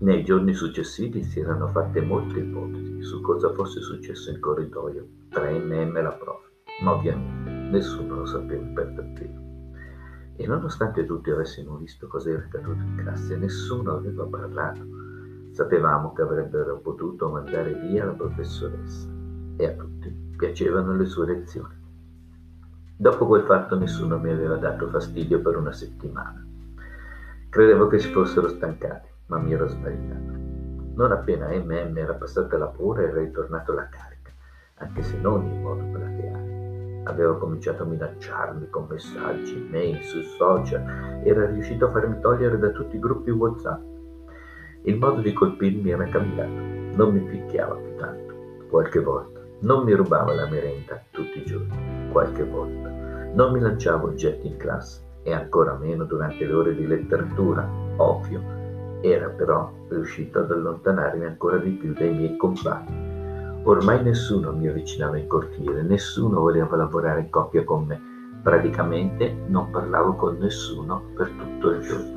Nei giorni successivi si erano fatte molte ipotesi su cosa fosse successo in corridoio tra MM e la prof, ma ovviamente nessuno lo sapeva per davvero. E nonostante tutti avessimo visto cosa era accaduto in classe, nessuno aveva parlato. Sapevamo che avrebbero potuto mandare via la professoressa e a tutti piacevano le sue lezioni. Dopo quel fatto nessuno mi aveva dato fastidio per una settimana. Credevo che si fossero stancati, ma mi ero sbagliato. Non appena MM era passata la paura era ritornato la carica, anche se non in modo plateale. Aveva cominciato a minacciarmi con messaggi, mail, sui social, era riuscito a farmi togliere da tutti i gruppi WhatsApp. Il modo di colpirmi era cambiato, non mi picchiava più tanto, qualche volta, non mi rubava la merenda tutti i giorni, qualche volta, non mi lanciava oggetti in classe e ancora meno durante le ore di letteratura, ovvio, era però riuscito ad allontanarmi ancora di più dai miei compagni. Ormai nessuno mi avvicinava in cortile, nessuno voleva lavorare in coppia con me. Praticamente non parlavo con nessuno per tutto il giorno.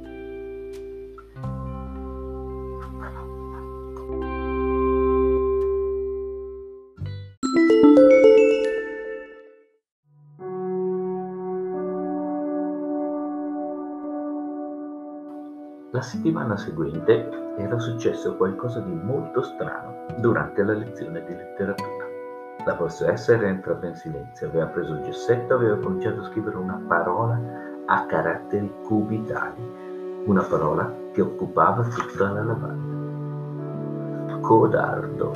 La settimana seguente era successo qualcosa di molto strano durante la lezione di letteratura. La professoressa era entrata in silenzio, aveva preso il gessetto e aveva cominciato a scrivere una parola a caratteri cubitali, una parola che occupava tutta la lavagna. Codardo.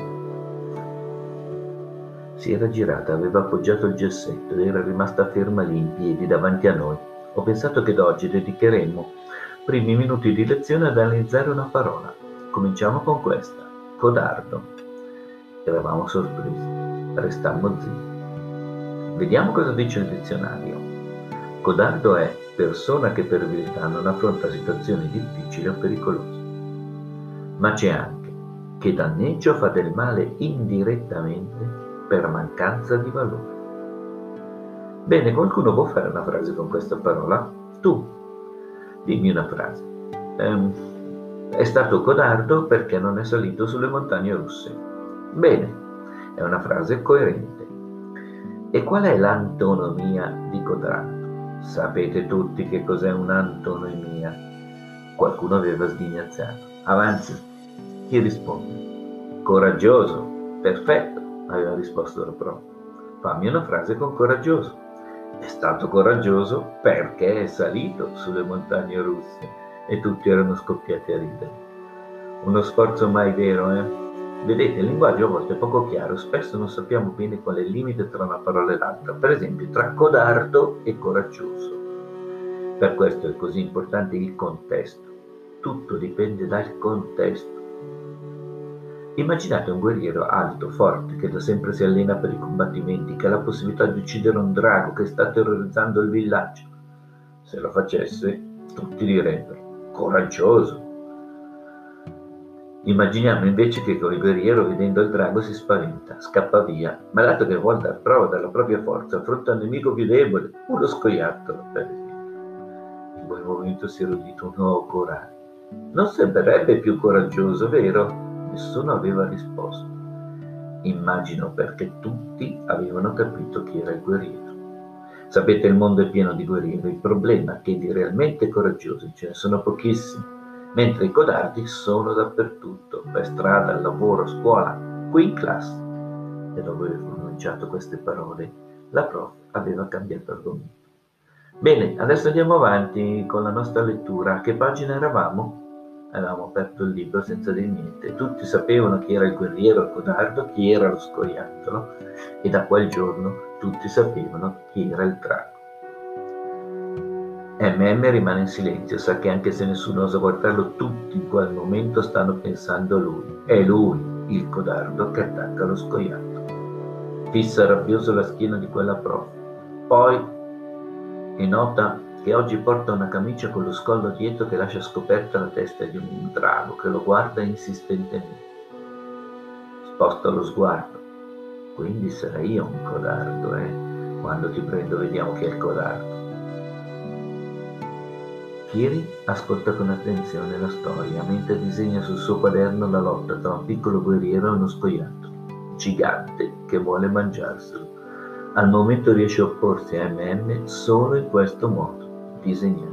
Si era girata, aveva appoggiato il gessetto ed era rimasta ferma lì in piedi davanti a noi. Ho pensato che da oggi dedicheremmo primi minuti di lezione ad analizzare una parola. Cominciamo con questa, codardo. Eravamo sorpresi, restammo zitti. Vediamo cosa dice il dizionario. Codardo è persona che per viltà non affronta situazioni difficili o pericolose. Ma c'è anche che danneggia o fa del male indirettamente per mancanza di valore. Bene, qualcuno può fare una frase con questa parola? Tu. Dimmi una frase. È stato codardo perché non è salito sulle montagne russe. Bene, è una frase coerente. E qual è l'antonomia di codardo? Sapete tutti che cos'è un'antonomia? Qualcuno aveva sghignazzato. Avanti, chi risponde? Coraggioso. Perfetto, aveva risposto la prof. Fammi una frase con coraggioso. È stato coraggioso perché è salito sulle montagne russe e tutti erano scoppiati a ridere. Uno sforzo mai vero, eh? Vedete, il linguaggio a volte è poco chiaro, spesso non sappiamo bene qual è il limite tra una parola e l'altra, per esempio tra codardo e coraggioso. Per questo è così importante il contesto. Tutto dipende dal contesto. Immaginate un guerriero alto, forte, che da sempre si allena per i combattimenti, che ha la possibilità di uccidere un drago che sta terrorizzando il villaggio. Se lo facesse, tutti direbbero, coraggioso. Immaginiamo invece che quel guerriero, vedendo il drago, si spaventa, scappa via, ma dato che vuole dar prova della propria forza, affronta un nemico più debole, uno scoiattolo, per esempio. In quel momento si era udito un nuovo corale. Non sembrerebbe più coraggioso, vero? Nessuno aveva risposto. Immagino perché tutti avevano capito chi era il guerriero. Sapete, il mondo è pieno di guerrieri, il problema è che di realmente coraggiosi ce ne sono pochissimi, mentre i codardi sono dappertutto, per strada, al lavoro, a scuola, qui in classe. E dopo aver pronunciato queste parole, la prof aveva cambiato argomento. Bene, adesso andiamo avanti con la nostra lettura. A che pagina eravamo? Avevamo aperto il libro senza dire niente. Tutti sapevano chi era il guerriero, il codardo, chi era lo scoiattolo, e da quel giorno tutti sapevano chi era il drago. MM rimane in silenzio, sa che anche se nessuno osa guardarlo, tutti in quel momento stanno pensando a lui. È lui, il codardo, che attacca lo scoiattolo. Fissa rabbioso la schiena di quella prof. Poi e nota che oggi porta una camicia con lo scollo dietro che lascia scoperta la testa di un drago che lo guarda insistentemente. Sposta lo sguardo. Quindi sarei io un codardo, Quando ti prendo vediamo chi è il codardo. Kiri ascolta con attenzione la storia mentre disegna sul suo quaderno la lotta tra un piccolo guerriero e uno scoiattolo gigante che vuole mangiarselo. Al momento riesce a opporsi a MM solo in questo modo, disegnando.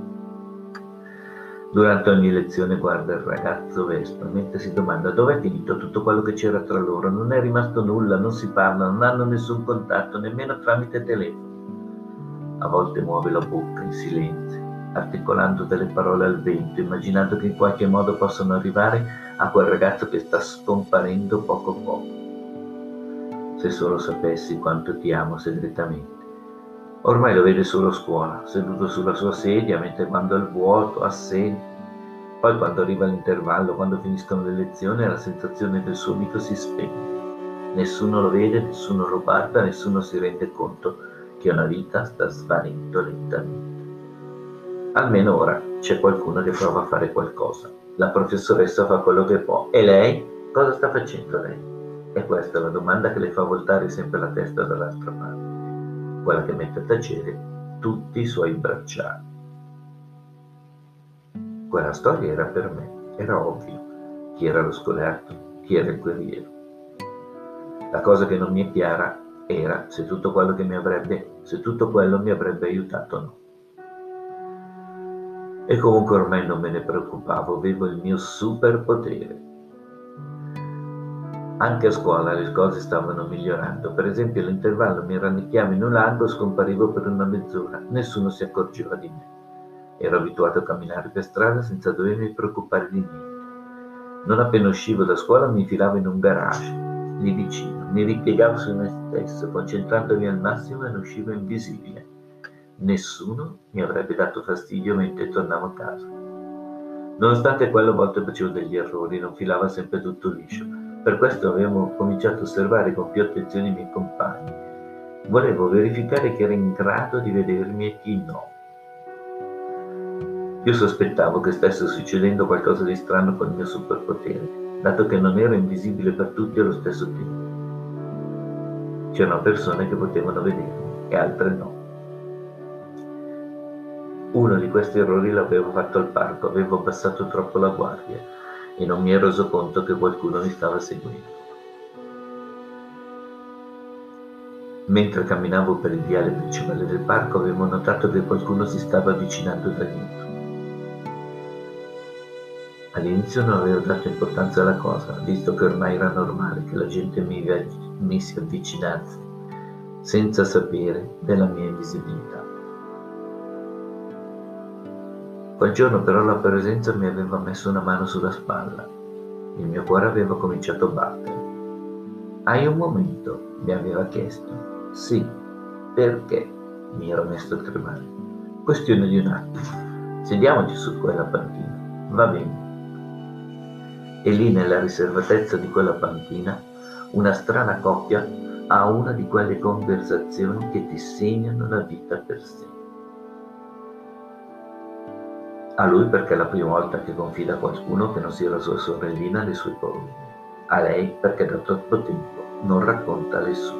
Durante ogni lezione guarda il ragazzo Vespa mentre si domanda dov'è finito tutto quello che c'era tra loro. Non è rimasto nulla, non si parla, non hanno nessun contatto, nemmeno tramite telefono. A volte muove la bocca in silenzio, articolando delle parole al vento, immaginando che in qualche modo possano arrivare a quel ragazzo che sta scomparendo poco a poco. Se solo sapessi quanto ti amo segretamente. Ormai lo vede solo a scuola, seduto sulla sua sedia mentre guarda il vuoto, assente. Poi quando arriva l'intervallo, quando finiscono le lezioni, la sensazione del suo amico si spegne. Nessuno lo vede, nessuno lo guarda, nessuno si rende conto che una vita sta svanendo lentamente. Almeno ora c'è qualcuno che prova a fare qualcosa. La professoressa fa quello che può. E lei? Cosa sta facendo lei? E questa è la domanda che le fa voltare sempre la testa dall'altra parte. Quella che mette a tacere tutti i suoi bracciali. Quella storia era per me, era ovvio. Chi era lo scoiattolo, chi era il guerriero. La cosa che non mi è chiara era se tutto quello mi avrebbe aiutato o no. E comunque ormai non me ne preoccupavo, avevo il mio superpotere. Anche a scuola le cose stavano migliorando. Per esempio all'intervallo mi rannicchiavo in un angolo e scomparivo per una mezz'ora. Nessuno si accorgeva di me. Ero abituato a camminare per strada senza dovermi preoccupare di niente. Non appena uscivo da scuola mi infilavo in un garage, lì vicino. Mi ripiegavo su me stesso, concentrandomi al massimo e ne uscivo invisibile. Nessuno mi avrebbe dato fastidio mentre tornavo a casa. Nonostante quello a volte facevo degli errori, non filava sempre tutto liscio. Per questo avevo cominciato a osservare con più attenzione i miei compagni. Volevo verificare chi era in grado di vedermi e chi no. Io sospettavo che stesse succedendo qualcosa di strano con il mio superpotere, dato che non ero invisibile per tutti allo stesso tempo. C'erano persone che potevano vedermi e altre no. Uno di questi errori l'avevo fatto al parco, avevo abbassato troppo la guardia e non mi ero reso conto che qualcuno mi stava seguendo. Mentre camminavo per il viale principale del parco avevo notato che qualcuno si stava avvicinando da dietro. All'inizio non avevo dato importanza alla cosa, visto che ormai era normale che la gente mi si avvicinasse senza sapere della mia invisibilità. Quel giorno però la presenza mi aveva messo una mano sulla spalla. Il mio cuore aveva cominciato a battere. Hai un momento? Mi aveva chiesto. Sì. Perché? Mi ero messo a tremare. Questione di un attimo. Sediamoci su quella panchina. Va bene. E lì nella riservatezza di quella panchina una strana coppia ha una di quelle conversazioni che ti segnano la vita per sempre. A lui perché è la prima volta che confida a qualcuno che non sia la sua sorellina le sue paure. A lei perché da troppo tempo non racconta le sue.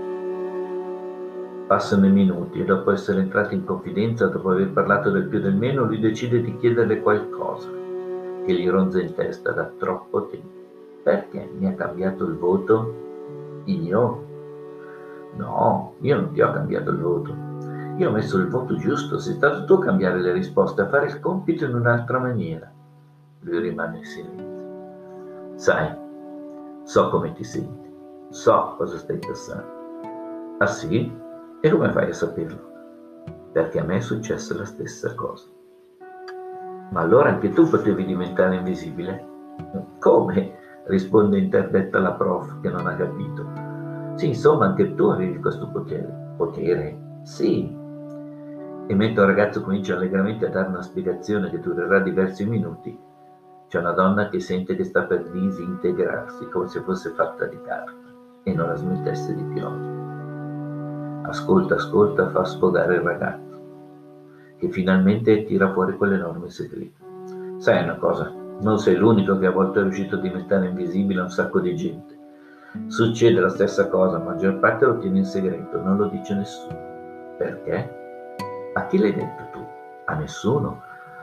Passano i minuti e dopo essere entrati in confidenza, dopo aver parlato del più del meno, lui decide di chiederle qualcosa che gli ronza in testa da troppo tempo. Perché mi ha cambiato il voto? Io? No, io non ti ho cambiato il voto. Io ho messo il voto giusto, sei stato tu a cambiare le risposte, a fare il compito in un'altra maniera. Lui rimane in silenzio. Sai, so come ti senti, so cosa stai pensando. Ah sì? E come fai a saperlo? Perché a me è successa la stessa cosa. Ma allora anche tu potevi diventare invisibile? Come? Risponde interdetta la prof che non ha capito. Sì, insomma, anche tu avevi questo potere. Potere? Sì. E mentre il ragazzo comincia allegramente a dare una spiegazione che durerà diversi minuti, c'è una donna che sente che sta per disintegrarsi come se fosse fatta di carta e non la smettesse di piovere. Ascolta, fa sfogare il ragazzo, che finalmente tira fuori quell'enorme segreto. Sai una cosa, non sei l'unico che a volte è riuscito a diventare invisibile a un sacco di gente. Succede la stessa cosa, la maggior parte lo tiene in segreto, non lo dice nessuno. Perché? A chi l'hai detto tu? A nessuno.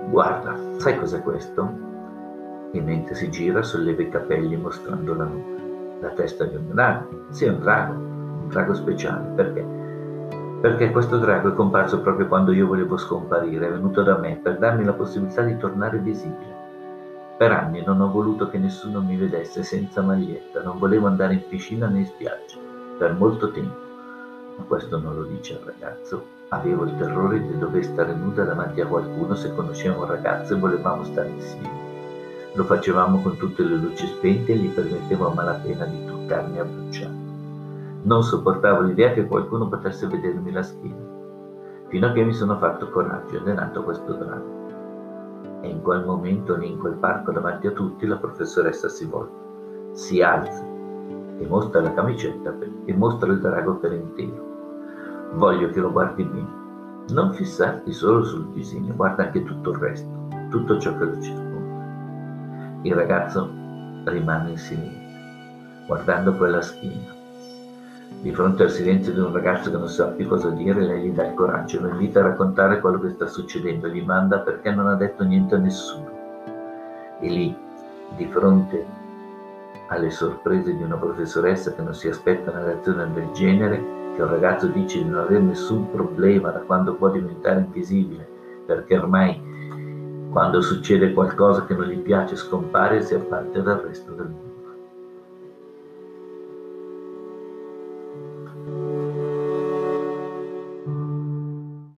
Guarda, sai cos'è questo? E mentre si gira solleva i capelli mostrando la nuca. La testa di un drago. Sì, è un drago speciale. Perché? Perché questo drago è comparso proprio quando io volevo scomparire, è venuto da me per darmi la possibilità di tornare visibile. Per anni non ho voluto che nessuno mi vedesse senza maglietta, non volevo andare in piscina né in spiaggia, per molto tempo. Ma questo non lo dice il ragazzo. Avevo il terrore di dover stare nuda davanti a qualcuno se conoscevo un ragazzo e volevamo stare insieme. Lo facevamo con tutte le luci spente e gli permettevo a malapena di toccarmi e abbracciarmi. Non sopportavo l'idea che qualcuno potesse vedermi la schiena, fino a che mi sono fatto coraggio ed è nato questo drago. E in quel momento lì in quel parco davanti a tutti la professoressa si volta, si alza e mostra la camicetta e mostra il drago per intero. Voglio che lo guardi bene. Non fissarti solo sul disegno, guarda anche tutto il resto, tutto ciò che lo circonda. Il ragazzo rimane in silenzio, guardando quella schiena. Di fronte al silenzio di un ragazzo che non sa più cosa dire, lei gli dà il coraggio, lo invita a raccontare quello che sta succedendo, gli manda perché non ha detto niente a nessuno. E lì, di fronte alle sorprese di una professoressa che non si aspetta una reazione del genere, che un ragazzo dice di non avere nessun problema da quando può diventare invisibile, perché ormai quando succede qualcosa che non gli piace scompare e si apparte dal resto del mondo.